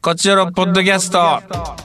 こちらのポッドキャスト。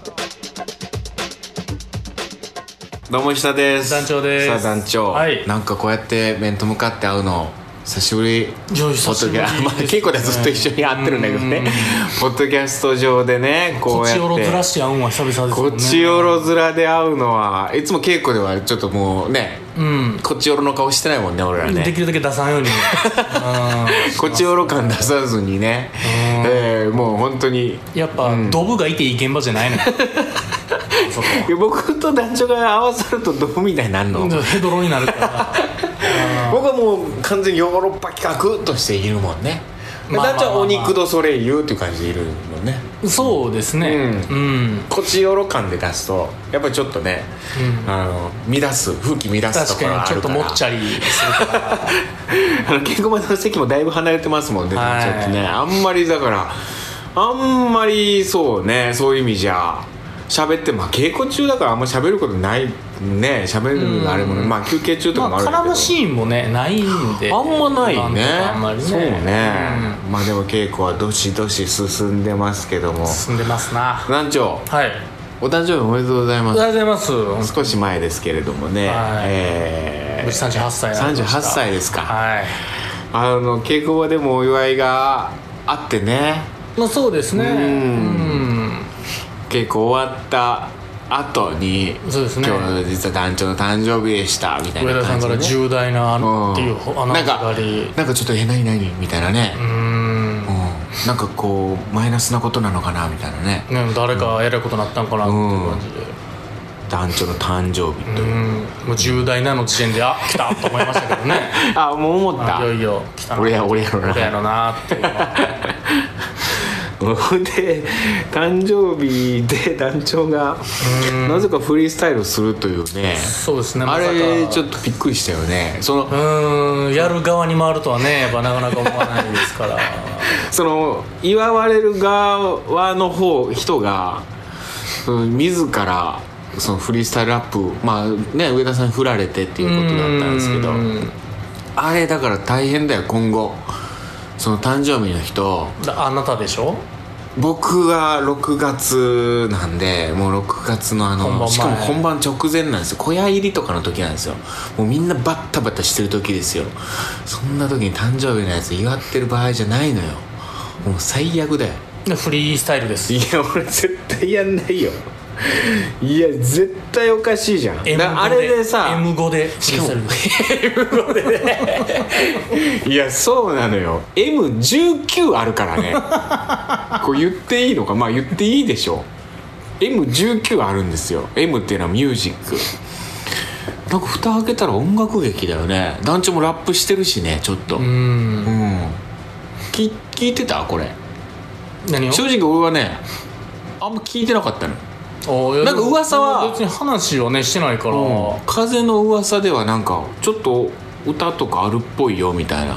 どうも石田です。 団長です。 さあ団長、 はい、 なんかこうやって面と向かって会うの久しぶり。 久しぶりですね。 まあ結構でずっと一緒に会ってるんだけどね、ポッドキャスト上でね、こうやってこっちよろずらして会うのは久々ですもんね。 こっちよろずらで会うのはいつも稽古ではちょっともうね、こっちよろの顔してないもんね俺らね。 できるだけ出さんようにこっちよろ感出さずにね、もう本当にやっぱ、ドブがいていい現場じゃないのそこ僕と団長が合わさるとどうみたいになるの。 ヘドロになるから僕はもう完全にヨーロッパ企画としているもんね。団長はお肉ドソレイユっていう感じでいるもんね。 そうですね、 こっちよろ感で出すとやっぱりちょっとね、乱す風紀乱すところがあるから、 確かにちょっともっちゃりするから稽古場の席もだいぶ離れてますもんね、団長ってね。あんまりだからあんまりそうね、そういう意味じゃ喋って、まあ稽古中だからあんま喋ることないね。喋るあれもね、まあ休憩中とかもあるけど、 絡むシーンもねないんであんまないね。 あんまりね、 そうね、まあでも稽古はどしどし進んでますけども。 進んでますな。 団長、 はい、 お誕生日おめでとうございます。 ありがとうございます。 少し前ですけれどもね、 無事38歳になりました。 38歳ですか。 はい、 稽古場でもお祝いがあってね。 まあそうですね。 稽古終わった後に、 そうですね、 今日実は団長の誕生日でしたみたいな感じで、ね、 上田さんから重大なっていうアナウンスがあり、 なんかちょっと何みたいなね。なんかこうマイナスなことなのかなみたいなね。 誰か偉いことになったんかなっていう感じで、 団長の誕生日という、 もう重大なの時点で来たと思いましたけどねあ、もう思った。 いよいよ来たな、 俺やろな俺やろなっていうのはで誕生日で団長がなぜかフリースタイルするというね。 そうですね、 あれちょっとびっくりしたよね。 やる側に回るとはね、やっぱなかなか思わないですから祝われる側の人が自らそのフリースタイルラップ、まあね、上田さんに振られてっていうことだったんですけど、あれだから大変だよ今後。その誕生日の人、 あなたでしょ。 僕が6月なんで、もう6月のしかも本番直前なんですよ。小屋入りとかの時なんですよ。もうみんなバッタバタしてる時ですよ。そんな時に誕生日のやつ祝ってる場合じゃないのよ。もう最悪だよ。 フリースタイルです。 いや俺絶対やんないよ。いや絶対おかしいじゃん。あれでさ M5 でしかも M5 でねいやそうなのよ。 M19 あるからねこう言っていいのか。まあ言っていいでしょ。 M19 あるんですよ。 M っていうのはミュージック。なんか蓋開けたら音楽劇だよね。団長もラップしてるしね、ちょっと聞いてたこれ。 何を？ 正直俺はねあんま聞いてなかったの。なんか噂は別に話はねしてないから、 風の噂ではなんかちょっと歌とかあるっぽいよみたいな、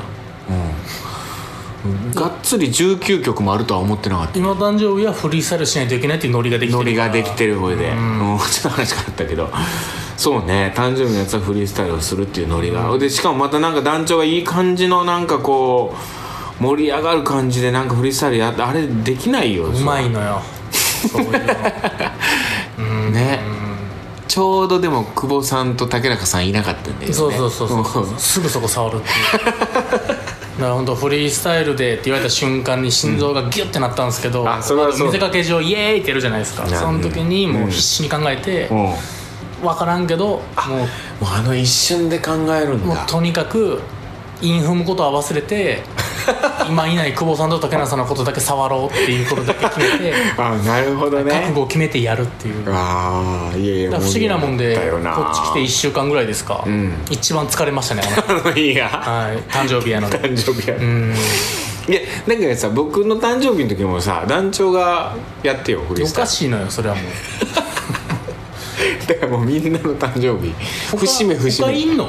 がっつり19曲もあるとは思ってなかった。 今誕生日はフリースタイルしないといけないっていうノリができてるから。 ノリができてる声で、ちょっと話変わったけどそうね、誕生日のやつはフリースタイルをするっていうノリが、でしかもまたなんか団長がいい感じのなんかこう盛り上がる感じでなんかフリースタイルあれできないよ。 うまいのよそういうのね、ちょうどでも久保さんと竹中さんいなかったんだよね。 そうすぐそこ触るっていうだから本当フリースタイルでって言われた瞬間に心臓がギュッてなったんですけど、 それはそう。 見せかけ上イエーイってやるじゃないですか。その時にもう必死に考えて、分からんけどもうあの一瞬で考えるんだ。 もうとにかくインフムことは忘れて今いない久保さんと竹中さんのことだけ触ろうっていうことだけ決めてなるほどね、 覚悟を決めてやるっていう。 いや不思議なもんでこっち来て1週間ぐらいですか、一番疲れましたねいいや、 誕生日やので誕生日やいやだからさ、僕の誕生日の時もさ団長がやってよフリースタイル。 おかしいのよそれはもうだからもうみんなの誕生日節目他いんの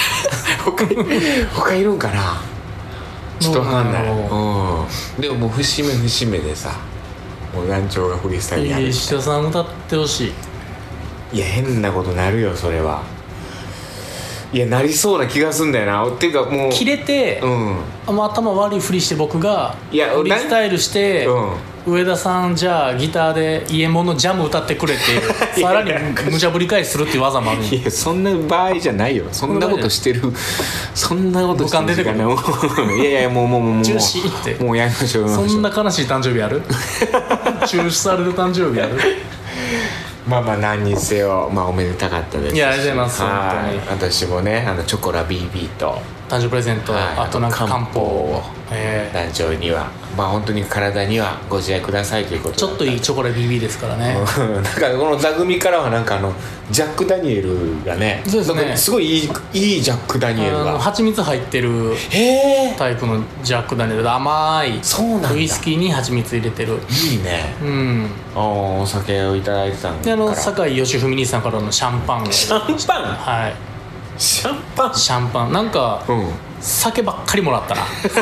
他いるんかな、ちょっとわかんない。でももう節目でさ、もう団長がフリースタイルやる。 石田さん歌ってほしい。 いや変なことなるよそれは。いやなりそうな気がすんだよな。っていうかもうキレて、頭悪いふりして僕がいやフリースタイルして、 上田さんじゃあギターで家物ジャム歌ってくれってさらに無茶ぶり返しするっていう技もあるんいやそんな場合じゃないよ。そんなことしてるそんなことしてる時間ないいやいやもう中止ってもうやりましょう。 そんな悲しい誕生日ある中止される誕生日あるまあ何にせよ、おめでたかったですし。 いやありがとうございます。 はい本私もねチョコラ BB と誕生日プレゼント、あとなんか漢方を、 団長には本当に体にはご自愛くださいということで、 ちょっといいチョコラ BB ですからねなんかこの座組からはなんかジャック・ダニエルがね、 そうですね、 なんかすごいいいジャック・ダニエルが蜂蜜入ってるタイプのジャック・ダニエルで甘いそうなんだウイスキーに蜂蜜入れてるいいね。お酒をいただいてたんでから酒井義文兄さんからのシャンパンシャンパンはいシャンパンなんか、酒ばっかりもらったな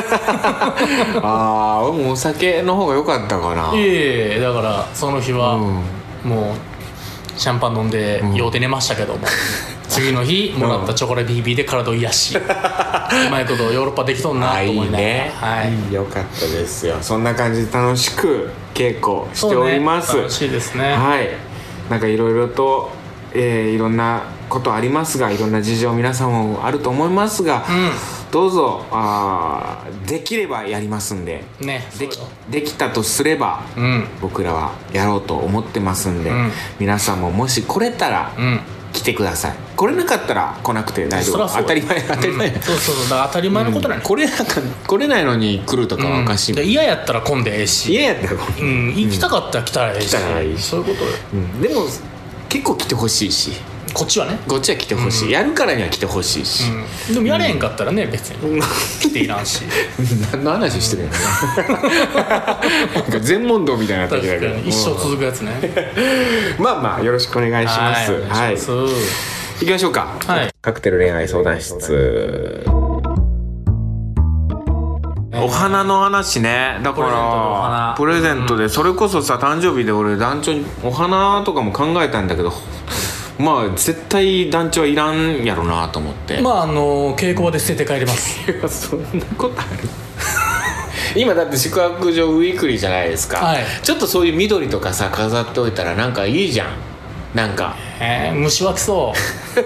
俺もお酒の方が良かったかな。 だからその日は、もうシャンパン飲んで酔うて寝ましたけども、次の日もらったチョコレ BB で体を癒し、うまいことヨーロッパできとんなと思いながら、 いいね、よかったですよ。そんな感じで楽しく稽古しております。 楽しいですね。 なんかいろいろと、いろんなことありますが、いろんな事情皆さんもあると思いますが、どうぞできればやりますんで、できたとすれば、僕らはやろうと思ってますんで、皆さんももし来れたら、来てください。来れなかったら来なくて大丈夫。当たり前、 そうだから当たり前のことなん来れないのに来るとかはおかしい。 嫌やったら来んでええし、 嫌やったら来んで、 行きたかったら来たらええし、そういうことよ。 でも結構来てほしいし、 こっちは来てほしい、やるからには来てほしいし、 でもやれへんかったらね、別に来ていらんし何の話してるんやなんか全問答みたいになったけど、 一生続くやつねよろしくお願いします。行きましょうか。カクテル恋愛相談室。お花の話ね。だからプレゼントで、それこそさ、誕生日で俺団長にお花とかも考えたんだけど、絶対団長はいらんやろなと思って、 稽古場で捨てて帰ります。 いやそんなことある今だって宿泊所ウィークリーじゃないですか、ちょっとそういう緑とかさ飾っておいたらなんかいいじゃん。なんか虫湧きそう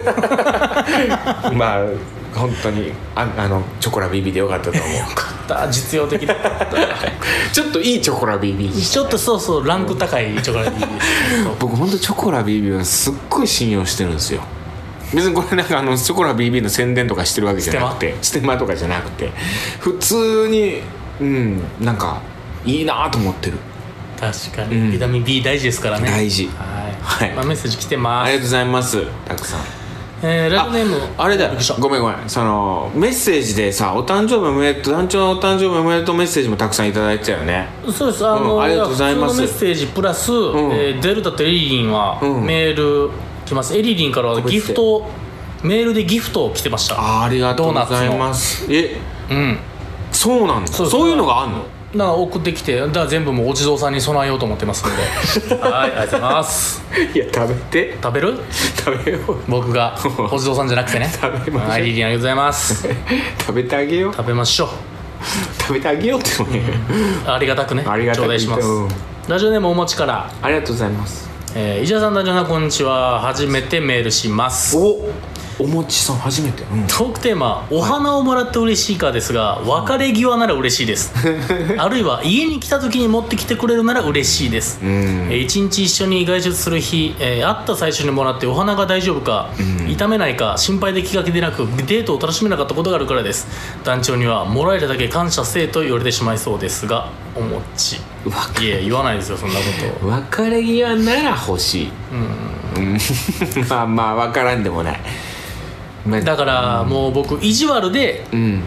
本当にチョコラ BB でよかったと思うよかった、実用的だったちょっといいチョコラ BB ちょっとそうランク高いチョコラ BB 僕本当チョコラ BB はすっごい信用してるんですよ。別にこれなんかチョコラ BB の宣伝とかしてるわけじゃなくて、ステマとかじゃなくて、普通になんかいいなと思ってる。 確かに、ビタミン B 大事ですからね。 大事。 メッセージ来てます。 ありがとうございます。たくさん。 ラジオネームあれだよ、ごめんそのメッセージでさ、お誕生日おめでとう、団長のお誕生日おめでとうメッセージもたくさんいただいてたよね。 そうです。 ありがとうございます。 普通のメッセージプラス、デルタとエリリンはメール来ます。エリリンからはギフト、メールでギフト来てました。 ありがとうございます。そうなんだ。そういうのがあんの？ 送ってきて、だから全部もうお地蔵さんに備えようと思ってますのではい、ありがとうございます。 いや食べる食べよう。 僕がお地蔵さんじゃなくてね食べましょう。 はい、リリンありがとうございます食べてあげよう。 食べましょう。 食べてあげようってもね、 ありがたくね、 ありがたく頂戴します。ラジオネームお待ちから。 ありがとうございます。 石田さん、団長さん、こんにちは。初めてメールします。 おもちさん初めて、 トークテーマ、お花をもらって嬉しいかですが、別れ際なら嬉しいですあるいは家に来た時に持ってきてくれるなら嬉しいです。一日一緒に外出する日、会った最初にもらってお花が大丈夫か、傷めないか心配で気が気でなくデートを楽しめなかったことがあるからです。団長にはもらえるだけ感謝せえと言われてしまいそうですが、お餅いや言わないですよ、そんなこと。 別れ際なら欲しい。まあ分からんでもない。 だからもう僕意地悪で、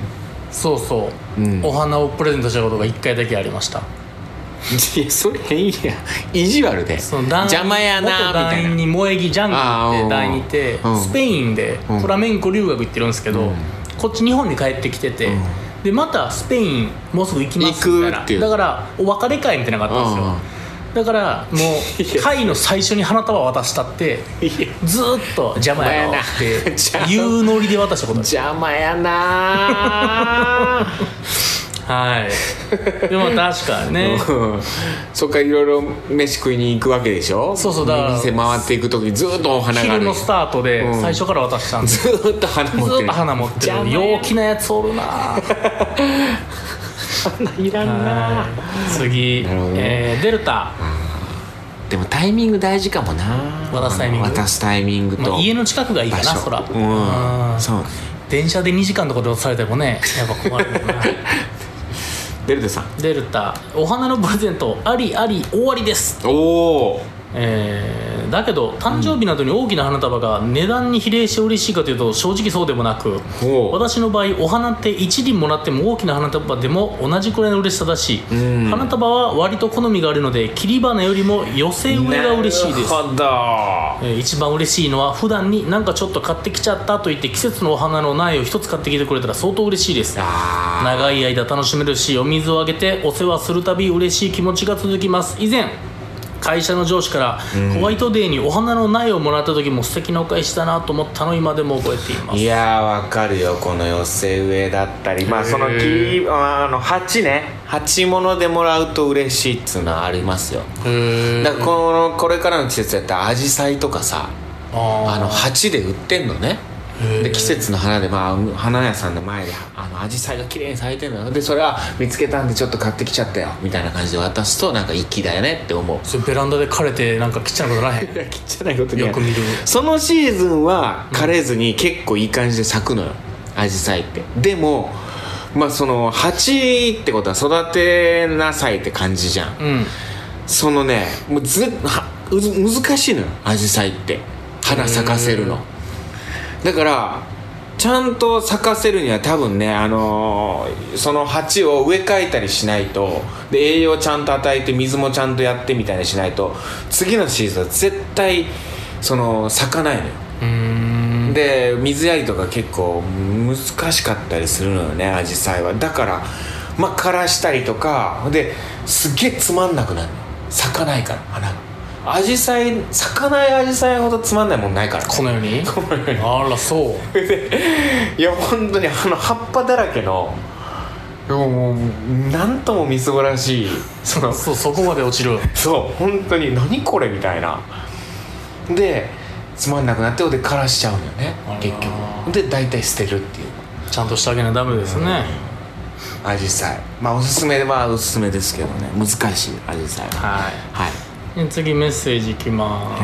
お花をプレゼントしたことが1回だけありました。 いやそれ変や、意地悪で邪魔やなみたいな。 元団員に萌え木ジャングって団員いて、スペインでフラメンコ留学行ってるんですけど、こっち日本に帰ってきてて、でまたスペインもうすぐ行きますみたいな。だからお別れ会みたいなのがあったんですよ。だからもう会の最初に花束渡したってずっと邪魔やなって言うノリで渡したことある。 邪魔やなはいでも確かにねそっからいろいろ飯食いに行くわけでしょ。 そうそう、だから店回っていく時ずっとお花がある。 昼のスタートで最初から渡したんで、 ずっと花持ってる。 ずっと花持ってる陽気なやつおるな花いらんな。 次、デルタ。 でもタイミング大事かもな。 渡すタイミング、 渡すタイミングと、 まあ、家の近くがいいかな、そら、 そう電車で2時間とかで落とされてもねやっぱ困るもんなデルタさん、 デルタ、お花のプレゼントありあり終わりです。 おお、 だけど誕生日などに大きな花束が値段に比例して嬉しいかというと正直そうでもなく、私の場合お花って1輪もらっても大きな花束でも同じくらいの嬉しさだし、花束は割と好みがあるので切り花よりも寄せ植えが嬉しいです。 なるほど。 一番嬉しいのは普段になんかちょっと買ってきちゃったと言って季節のお花の苗を一つ買ってきてくれたら相当嬉しいです。長い間楽しめるし、お水をあげてお世話するたび嬉しい気持ちが続きます。以前会社の上司からホワイトデーにお花の苗をもらった時も素敵なお返しだなと思ったのを今でも覚えています。 いやーわかるよ、この寄せ植えだったり、まあその鉢ね、鉢物でもらうと嬉しいっつうのはありますよ。だからこれからの季節やったらアジサイとかさ、鉢で売ってんのね。で季節の花で、まあ、花屋さんの前でアジサイが綺麗に咲いてるのよ。でそれは見つけたんでちょっと買ってきちゃったよみたいな感じで渡すとなんか粋だよねって思う。 それベランダで枯れてなんかちっちゃなことないいやちっちゃなことによく見る。 そのシーズンは枯れずに結構いい感じで咲くのよ、アジサイって。でもまあその鉢ってことは育てなさいって感じじゃん、そのねもう難しいのよ、アジサイって花咲かせるの。だからちゃんと咲かせるには多分ね、その鉢を植え替えたりしないと、で栄養ちゃんと与えて水もちゃんとやってみたいにしないと次のシーズンは絶対その咲かないのよ。で水やりとか結構難しかったりするのよね、アジサイは。だからまあ枯らしたりとかですっげえつまんなくなるの、咲かないから花が。アジサイ、咲かないアジサイほどつまんないもんないから、ね、 この世にあらそういや本当に葉っぱだらけのもうなんともみすぼらしいそこまで落ちる。 そう本当に何これみたいなでつまんなくなってで枯らしちゃうのよね結局で大体捨てるっていう。 ちゃんとしてあげなダメですね、 アジサイまあおすすめはおすすめですけどね、難しいアジサイは。はい、 次メッセージいきます、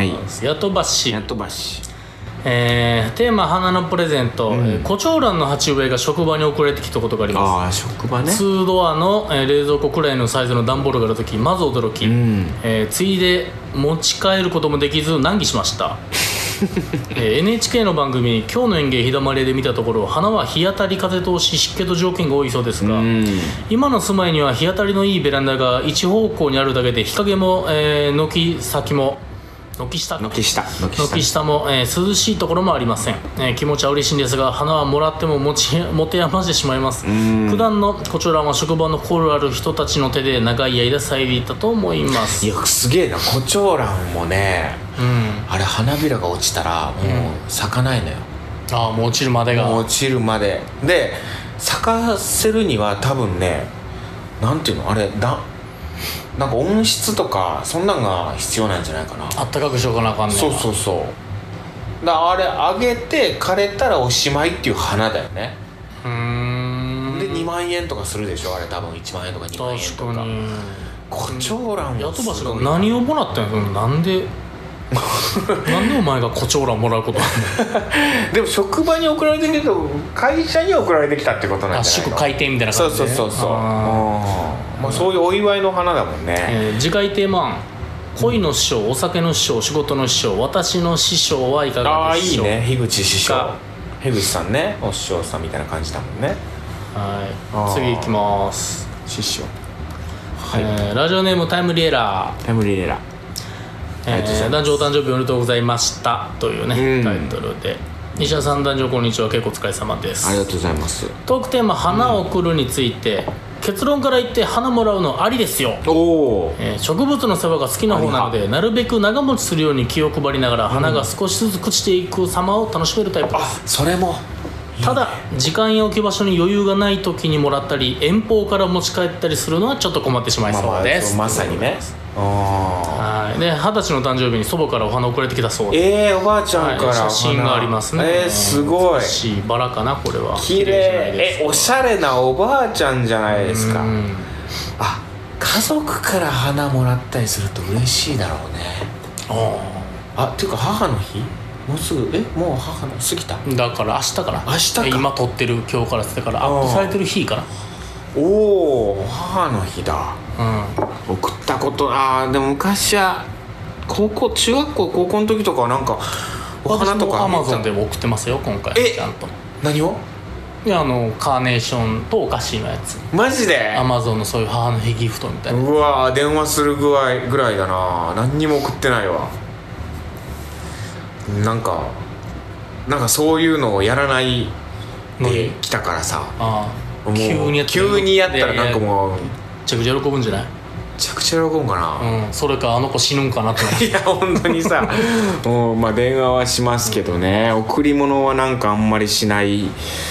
やとばし、テーマ花のプレゼント、コチョウランの鉢植えが職場に送られてきたことがあります。 職場ね。 2ドアの、冷蔵庫くらいのサイズの段ボールがあるときまず驚き、ついで持ち帰ることもできず難儀しましたNHK の番組「今日の園芸日だまり」で見たところ、花は日当たり風通し湿気と条件が多いそうですが、今の住まいには日当たりのいいベランダが一方向にあるだけで日陰も、軒先も軒下も、涼しいところもありません、気持ちは嬉しいんですが花はもらっても持て余してしまいます。普段のコチョウランは職場の心ある人たちの手で長い間咲いていたと思います。 いやすげえな、コチョウランもね、あれ花びらが落ちたらもう咲かないのよ、 もう落ちるまでが。 もう落ちるまでで咲かせるには多分ね、なんていうのあれなんか温室とかそんなんが必要なんじゃないかな。 あったかくしようかなあかんねん。 そうあれあげて枯れたらおしまいっていう花だよね。で2万円とかするでしょあれ、多分1万円とか2万円とか。 確かにコチョウランやとばしが何をもらったんやなんでなんでお前がコチョウランもらうことあんのでも職場に送られてきたけど会社に送られてきたってことなんじゃないの。 祝開店みたいな感じで。 そうまあ、そういうお祝いの花だもんね。 次回テーマ案、恋の師匠、お酒の師匠、仕事の師匠、私の師匠はいかがでしょうか。 いいね、樋口師匠、樋口さんね、お師匠さんみたいな感じだもんね。 次いきます。 師匠、 ラジオネームタイムリーエラー。男女お誕生日おめでとうございましたというね、タイトルで、西田さん男女こんにちは、結構お疲れ様です。 ありがとうございます。 トークテーマ花を贈るについて、結論から言って花もらうのありですよ。植物の世話が好きな方なのでなるべく長持ちするように気を配りながら花が少しずつ朽ちていく様を楽しめるタイプです。 それもただ時間や置き場所に余裕がない時にもらったり遠方から持ち帰ったりするのはちょっと困ってしまいそうです、 まさにね。 はい。で20歳の誕生日に祖母からお花送られてきたそうで、 おばあちゃんから、 写真がありますね。 すごいバラかな、これは綺麗。おしゃれなおばあちゃんじゃないですか。あ、家族から花もらったりすると嬉しいだろうね。っていうか母の日もうすぐもう母の過ぎた。 だから明日から。 明日か。 今撮ってる今日からってからアップされてる日かな。 おお、母の日だ。送ったことでも昔は中学校高校の時とかはなんかお花とかアマゾンでも送ってますよ今回。ちゃんと。 何を？ いやカーネーションとお菓子のやつ。 マジで？ アマゾンのそういう母の日ギフトみたいな。 うわ、電話するぐらいだな。何にも送ってないわ。なんかそういうのをやらないで来たからさ。急にやったらなんかもうめちゃくちゃ喜ぶんじゃない？ めちゃくちゃ喜ぶんかな。 それかあの子死ぬんかなっていや本当にさまあ電話はしますけどね、贈り物はなんかあんまりしない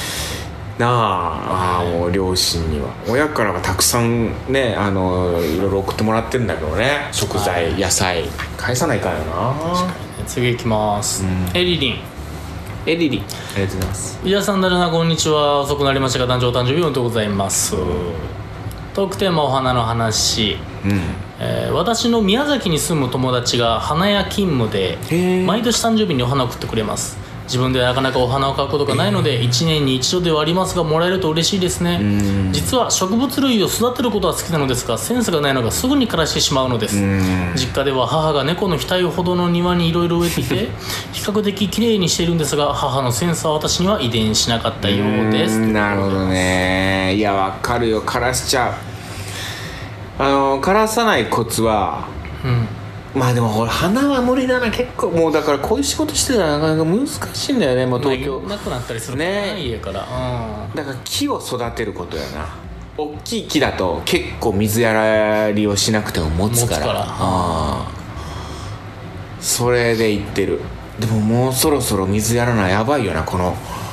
なあ。もう両親には親からはたくさんねいろいろ送ってもらってるんだけどね、食材、野菜返さないかんよな。 次いきます。エリリン、 ありがとうございます。 伊田さん、だるなこんにちは。遅くなりましたが誕生日おめでとうございます。トークテーマお花の話。私の宮崎に住む友達が花屋勤務で毎年誕生日にお花を送ってくれます。自分ではなかなかお花を買うことがないので1年に一度ではありますがもらえると嬉しいですね。実は植物類を育てることは好きなのですがセンスがないのがすぐに枯らしてしまうのです。実家では母が猫の額ほどの庭にいろいろ植えていて比較的綺麗にしているんですが母のセンスは私には遺伝しなかったようです。 なるほどね。いやわかるよ、枯らしちゃう。枯らさないコツはまあでもほら花は無理だな結構。もうだからこういう仕事してたらなかなか難しいんだよね。もう東京なくなったりするね家から。 だから木を育てることやな。大きい木だと結構水やりをしなくても持つから。それで言ってる。でももうそろそろ水やらなやばいよな。この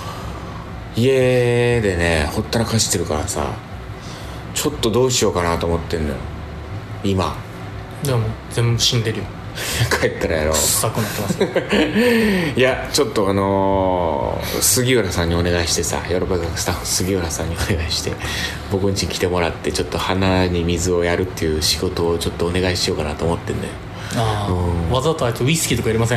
家でねほったらかしてるからさ、ちょっとどうしようかなと思ってんのよ今。 でも全部死んでるよ帰ったらやろう。 臭くなってますよいやちょっと杉浦さんにお願いしてさ、ヨーロッパ学スタッフ杉浦さんにお願いして僕ん家に来てもらってちょっと花に水をやるっていう仕事をちょっとお願いしようかなと思ってんだよ。 わざとあいつウイスキーとかやりません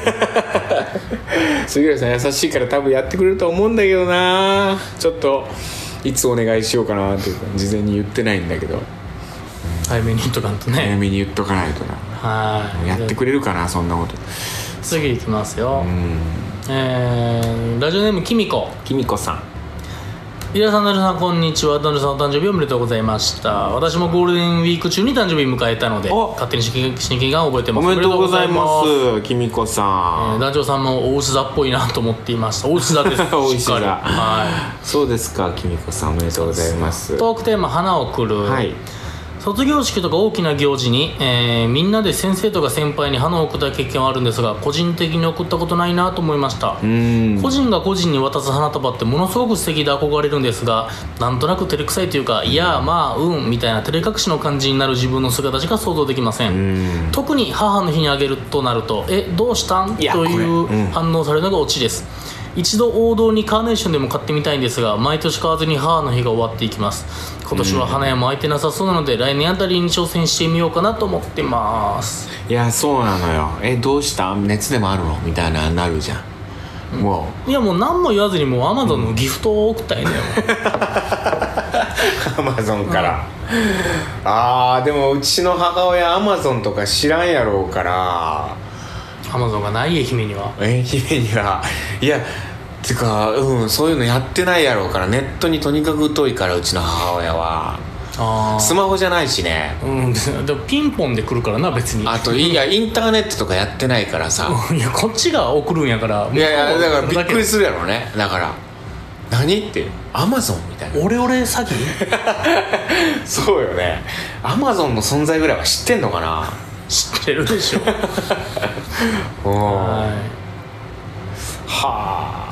杉浦さん優しいから多分やってくれると思うんだけどな。ちょっといつお願いしようかなっていうか事前に言ってないんだけど早めに言っとかんとね。 早めに言っとかないとな。やってくれるかなそんなこと。 次いきますよ。ラジオネームきみこさん。伊田さん、なるさん、こんにちは。なるさんお誕生日おめでとうございました。私もゴールデンウィーク中に誕生日迎えたので勝手に親近感を覚えてます。 おめでとうございます。きみこさん、 団長さんもおうし座っぽいなと思っていました。おうし座ですおうし座、そうですか。きみこさんおめでとうございます。 トークテーマ花を贈る。卒業式とか大きな行事に、みんなで先生とか先輩に花を贈った経験はあるんですが個人的に贈ったことないなと思いました。個人が個人に渡す花束ってものすごく素敵で憧れるんですがなんとなく照れくさいというかいやまあみたいな照れ隠しの感じになる自分の姿しか想像できません。特に母の日にあげるとなるとどうしたんという反応されるのがオチです。一度王道にカーネーションでも買ってみたいんですが毎年買わずに母の日が終わっていきます。今年は花屋も開いてなさそうなので来年あたりに挑戦してみようかなと思ってます。 いやそうなのよ。どうした熱でもあるのみたいななるじゃん。もういやもう何も言わずにもうアマゾンのギフトを送ったらいいんだよ。 アマゾンから、でもうちの母親アマゾンとか知らんやろうからアマゾンがない愛媛には。 愛媛にはいやてかそういうのやってないやろうからネットにとにかく疎いからうちの母親は。スマホじゃないしね。 でもピンポンで来るからな別に。 あといやインターネットとかやってないからさいやこっちが送るんやから。 いやだからびっくりするやろね。だから何ってアマゾンみたいなオレオレ詐欺そうよね。アマゾンの存在ぐらいは知ってんのかな。 知ってるでしょはあ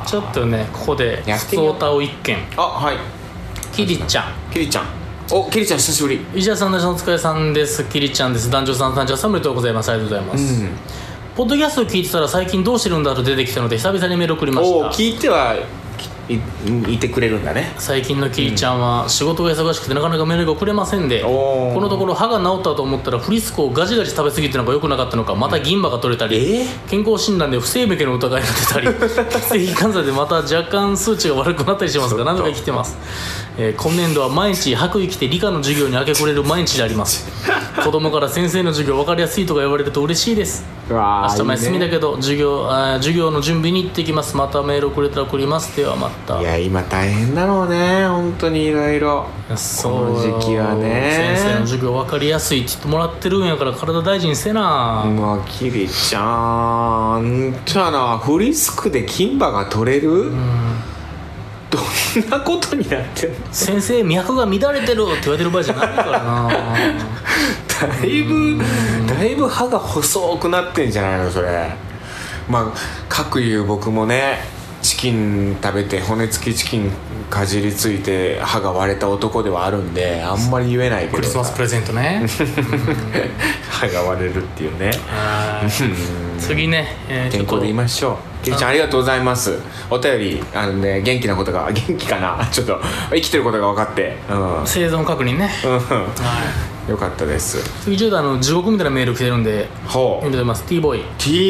ちょっとねここで普通歌を一件。 はい。 キリちゃん。 キリちゃん久しぶり。 石田さん、大臣お疲れさんです。キリちゃんです。男女さん誕生さんおめでとうございます。ありがとうございます、ポッドキャストを聞いてたら最近どうしてるんだと出てきたので久々にメール送りました。 聞いてはいてくれるんだね。 最近のキリちゃんは仕事が忙しくてなかなかメールが送れませんで、このところ歯が治ったと思ったらフリスクをガジガジ食べ過ぎてのが良くなかったのか、また銀歯が取れたり、健康診断で不整脈の疑いが出たり血液検査でまた若干数値が悪くなったりしますが何とか生きてます。今年度は毎日白衣着て理科の授業に明け暮れる毎日であります。子供から先生の授業分かりやすいとか言われると嬉しいです。明日も休みだけど授業の準備に行ってきます。またメールくれたら送ります。ではまた。 いや今大変だろうね本当にいろいろこの時期はね。 先生の授業分かりやすいって言ってもらってるんやから体大事にせな。 キリちゃんじゃあなフリスクで金歯が取れる、どんなことになってんの。 先生脈が乱れてるって言われてる場合じゃないからなだいぶ歯が細くなってんじゃないのそれ。かくいう僕もねチキン食べて骨付きチキンかじりついて歯が割れた男ではあるんであんまり言えないけど、 クリスマスプレゼントね歯が割れるっていうね次ね、 健康で言いましょう。キリちゃんありがとうございます。お便りね元気なことが元気かなちょっと生きてることが分かって、 生存確認ね、 よかったです。 次ちょっと地獄みたいなメール来てるんで読みます。 T ボーイ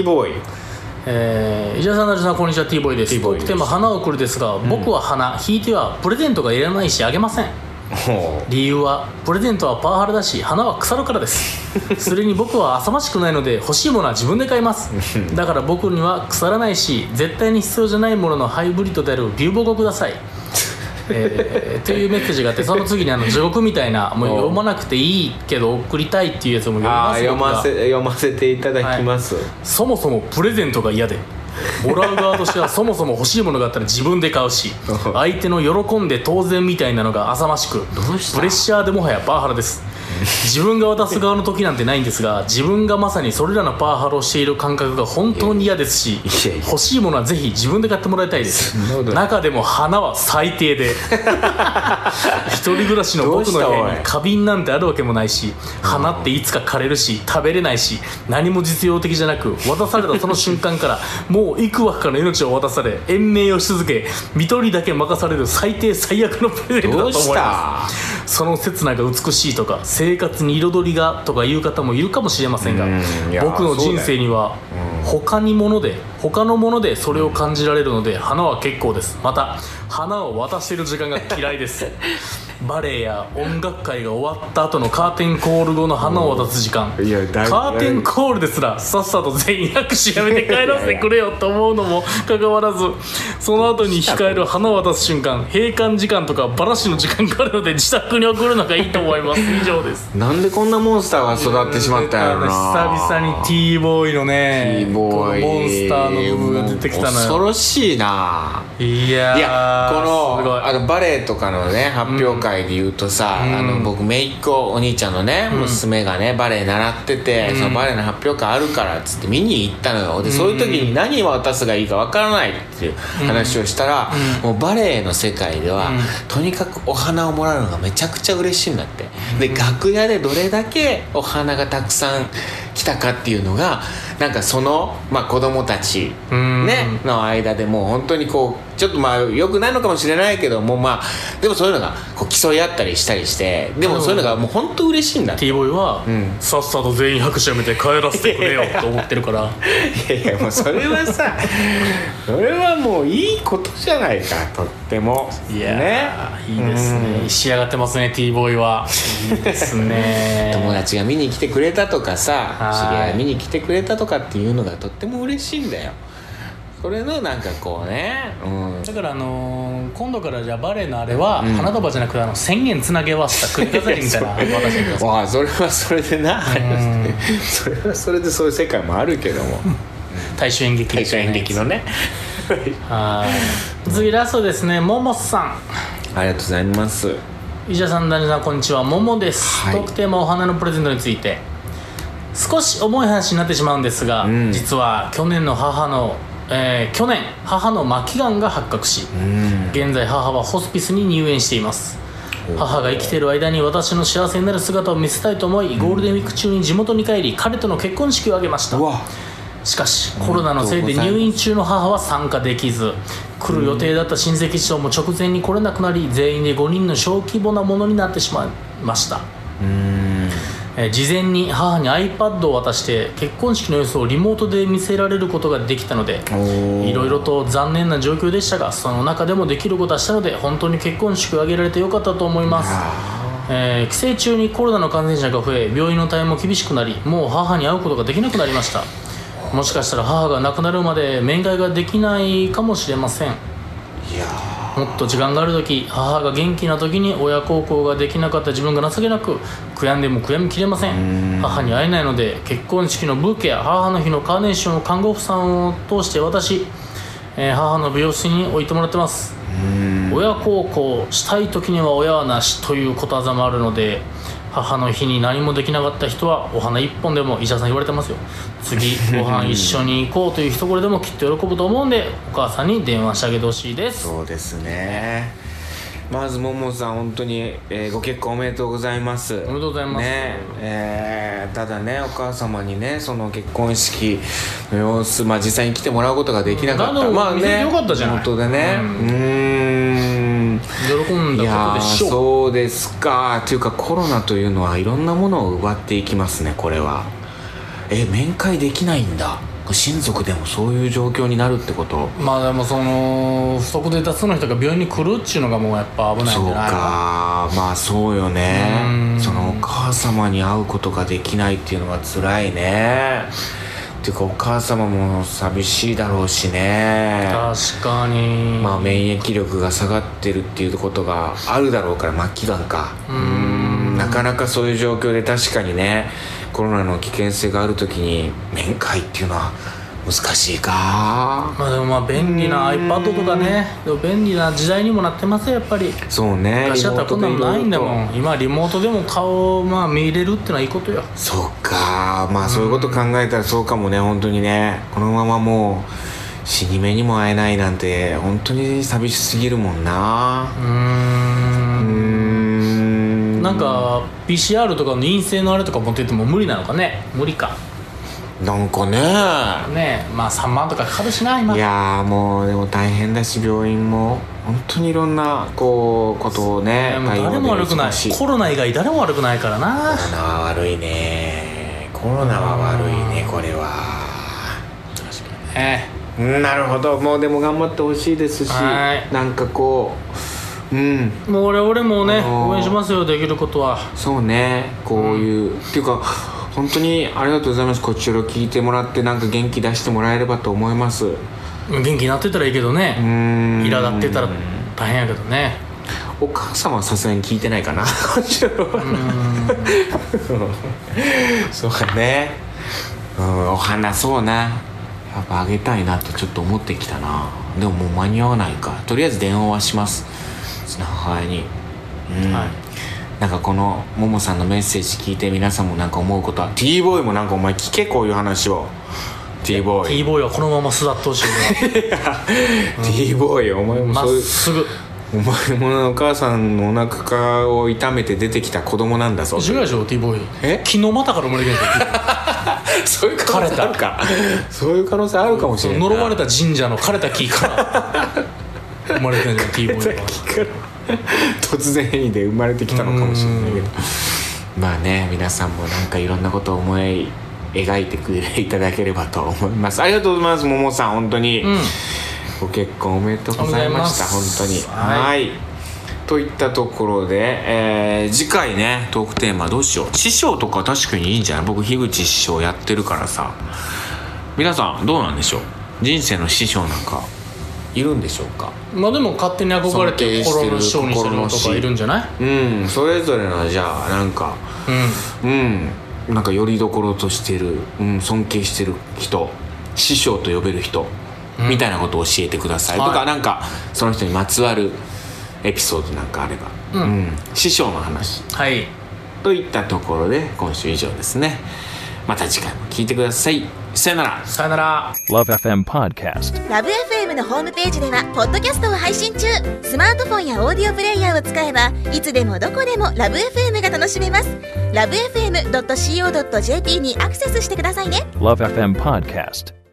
石田さん、成田さん、こんにちは。 T ボーイです。トークテーマ花を送るですが、僕は花引いてはプレゼントがいらないしあげません。理由はプレゼントはパワハラだし花は腐るからですそれに僕は浅ましくないので欲しいものは自分で買いますだから僕には腐らないし絶対に必要じゃないもののハイブリッドである流木をくださいというメッセージがあって、その次に地獄みたいなもう読まなくていいけど送りたいっていうやつも読ませていただきます、 そもそもプレゼントが嫌でもらう側としてはそもそも欲しいものがあったら自分で買うし相手の喜んで当然みたいなのが浅ましくプレッシャーでもはやパワハラです。自分が渡す側の時なんてないんですが、自分がまさにそれらのパワハラをしている感覚が本当に嫌ですし、欲しいものはぜひ自分で買ってもらいたいです。中でも花は最低で一人暮らしの僕の部屋に花瓶なんてあるわけもないし、花っていつか枯れるし食べれないし何も実用的じゃなく、渡されたその瞬間からもう幾枠かの命を渡され延命をし続け看取りだけ任される最低最悪のプレゼントだと思います。その刹那が美しいとか生活に彩りがとかいう方もいるかもしれませんが、僕の人生には他のものでそれを感じられるので花は結構です。また花を渡している時間が嫌いですバレエや音楽会が終わった後のカーテンコール後の花を渡す時間、カーテンコールですらさっさと全員拍手やめて帰らせてくれよと思うのもかかわらず、その後に控える花を渡す瞬間、閉館時間とかバラシの時間があるので自宅に送るのがいいと思います。以上です。 なんでこんなモンスターが育ってしまったんやろな。 久々に T ボーイのねモンスターの部分が出てきたのよ。 恐ろしいな。 いやこのバレエとかのね発表会で言うとさ、僕姪っ子お兄ちゃんのね、娘がねバレエ習ってて、そのバレエの発表会あるからっつって見に行ったのよ。でそういう時に何を渡すがいいかわからないっていう話をしたら、もうバレエの世界では、とにかくお花をもらうのがめちゃくちゃ嬉しいんだって。で楽屋でどれだけお花がたくさん来たかっていうのがなんかその、子供たち、ね、の間でもう本当にこうちょっと良くないのかもしれないけども、でもそういうのがこう競い合ったりしたりして、でもそういうのがもう本当嬉しいんだって。 T ボーイは、さっさと全員拍手やめて帰らせてくれよと思ってるからいやもうそれはさそれはもういいことじゃないか、とっても。 いや、ね、いいですね、仕上がってますね T ボーイは。いいですね友達が見に来てくれたとかさ、知り合いが見に来てくれたとかっていうのがとっても嬉しいんだよ。それのなんかこうね、 だから今度からじゃあバレエのあれは、花束じゃなくて宣言つなげはした首飾りみたいな渡してください。 わあ、それはそれでなそれはそれでそういう世界もあるけども大衆演劇のねはい、次ラストですね。ももさん、 ありがとうございます。 石田さん、ダニさん、こんにちは。ももです、トークテーマお花のプレゼントについて少し重い話になってしまうんですが、実は去年の母の去年母の末期がんが発覚し、現在母はホスピスに入院しています。母が生きている間に私の幸せになる姿を見せたいと思い、ゴールデンウィーク中に地元に帰り彼との結婚式を挙げました。しかしコロナのせいで入院中の母は参加できず、来る予定だった親戚長も直前に来れなくなり、全員で5人の小規模なものになってしまいました。事前に母に iPad を渡して結婚式の様子をリモートで見せられることができたので、いろいろと残念な状況でしたが、その中でもできることはしたので、本当に結婚式を挙げられてよかったと思います。帰省中にコロナの感染者が増え、病院の対応も厳しくなり、もう母に会うことができなくなりました。もしかしたら母が亡くなるまで面会ができないかもしれません。もっと時間がある時、母が元気な時に親孝行ができなかった自分が情けなく、悔やんでも悔やみきれません。母に会えないので、結婚式のブーケや母の日のカーネーションを看護婦さんを通して私、母の美容室に置いてもらってます。親孝行したい時には親はなしということわざもあるので、母の日に何もできなかった人はお花一本でも、医者さん言われてますよ、次ご飯一緒に行こうという一言でもきっと喜ぶと思うんで、お母さんに電話してあげてほしいです。 そうですね。まずももさん本当に、ご結婚おめでとうございます。 おめでとうございます、 ただね、お母様にねその結婚式の様子、実際に来てもらうことができなかった。 見せてよかったじゃない。 本当でね、 喜んだことでしょう。 そうですか。というかコロナというのはいろんなものを奪っていきますね。これは面会できないんだ。親族でもそういう状況になるってこと。 でもその不特定多数の人が病院に来るっていうのがもうやっぱ危ないんじゃないか。 そうか、そうよね。そのお母様に会うことができないっていうのが辛いね。っていうかお母様も寂しいだろうしね。 確かに。 免疫力が下がってるっていうことがあるだろうから、末期がんか。なかなかそういう状況で確かにね、コロナの危険性があるときに面会っていうのは難しいか。 でも便利な iPad とかね、便利な時代にもなってますよやっぱり。 そうね。 昔だったらこんなのないんだもん。今リモートでも顔を見れるってのはいいことよ。 そうか。そういうこと考えたらそうかもね。本当にね、このままもう死に目にも会えないなんて本当に寂しすぎるもんな。 なんか PCR とかの陰性のあれとか持ってっても無理なのかね。無理かなんかね 3万とかかかるしな今。 いやもうでも大変だし、病院も本当にいろんなことをね、 誰も悪くない。コロナ以外誰も悪くないからな。 コロナは悪いね。コロナは悪いね。これは確かになるほど。もうでも頑張ってほしいですし、なんかもう俺もね応援しますよ、できることは。 そうね。こういう、っていうか本当にありがとうございます。こちら聞いてもらってなんか元気出してもらえればと思います。 元気になってたらいいけどね。苛立ってたら大変やけどね。 お母様はさすがに聞いてないかなこちらは。そうかね。お花そうな、やっぱあげたいなってちょっと思ってきたな。でももう間に合わないか。とりあえず電話はします、母親に。なんかこのももさんのメッセージ聞いて皆さんもなんか思うことは、 T ボーイもなんかお前聞け、こういう話を。 T ボーイはこのまま巣立ってほしいね。 T ボーイお前もそういう、 まっすぐ。 お前もお母さんのお腹を痛めて出てきた子供なんだぞ。 違うでしょ T ボーイ。昨日股から生まれてるんだそういう可能性あるか。そういう可能性あるかもしれない。 呪われた神社の枯れた木から生まれてるんだよ T ボーイは。 突然変異で生まれてきたのかもしれないけど、皆さんもなんかいろんなことを思い描いていただければと思います。ありがとうございます。ももさん本当に、ご結婚おめでとうございました。本当に。といったところで、次回ねトークテーマどうしよう。師匠とか確かにいいんじゃない。僕樋口師匠やってるからさ。皆さんどうなんでしょう。人生の師匠なんかいるんでしょうか。 でも勝手に憧れて心の師匠にしてるのとかいるんじゃない。 それぞれのじゃあなんかなんかよりどころとしてる、尊敬してる人、師匠と呼べる人、みたいなことを教えてください、とかなんかその人にまつわるエピソードなんかあれば、師匠の話、といったところで今週以上ですね。また次回も聞いてください。 さよなら。 さよなら。 LoveFM Podcast。 ラブ f m のホームページではポッドキャストを配信中。スマートフォンやオーディオプレイヤーを使えばいつでもどこでもラブ f m が楽しめます。ラブ FM.co.jp にアクセスしてくださいね。 LoveFM Podcast。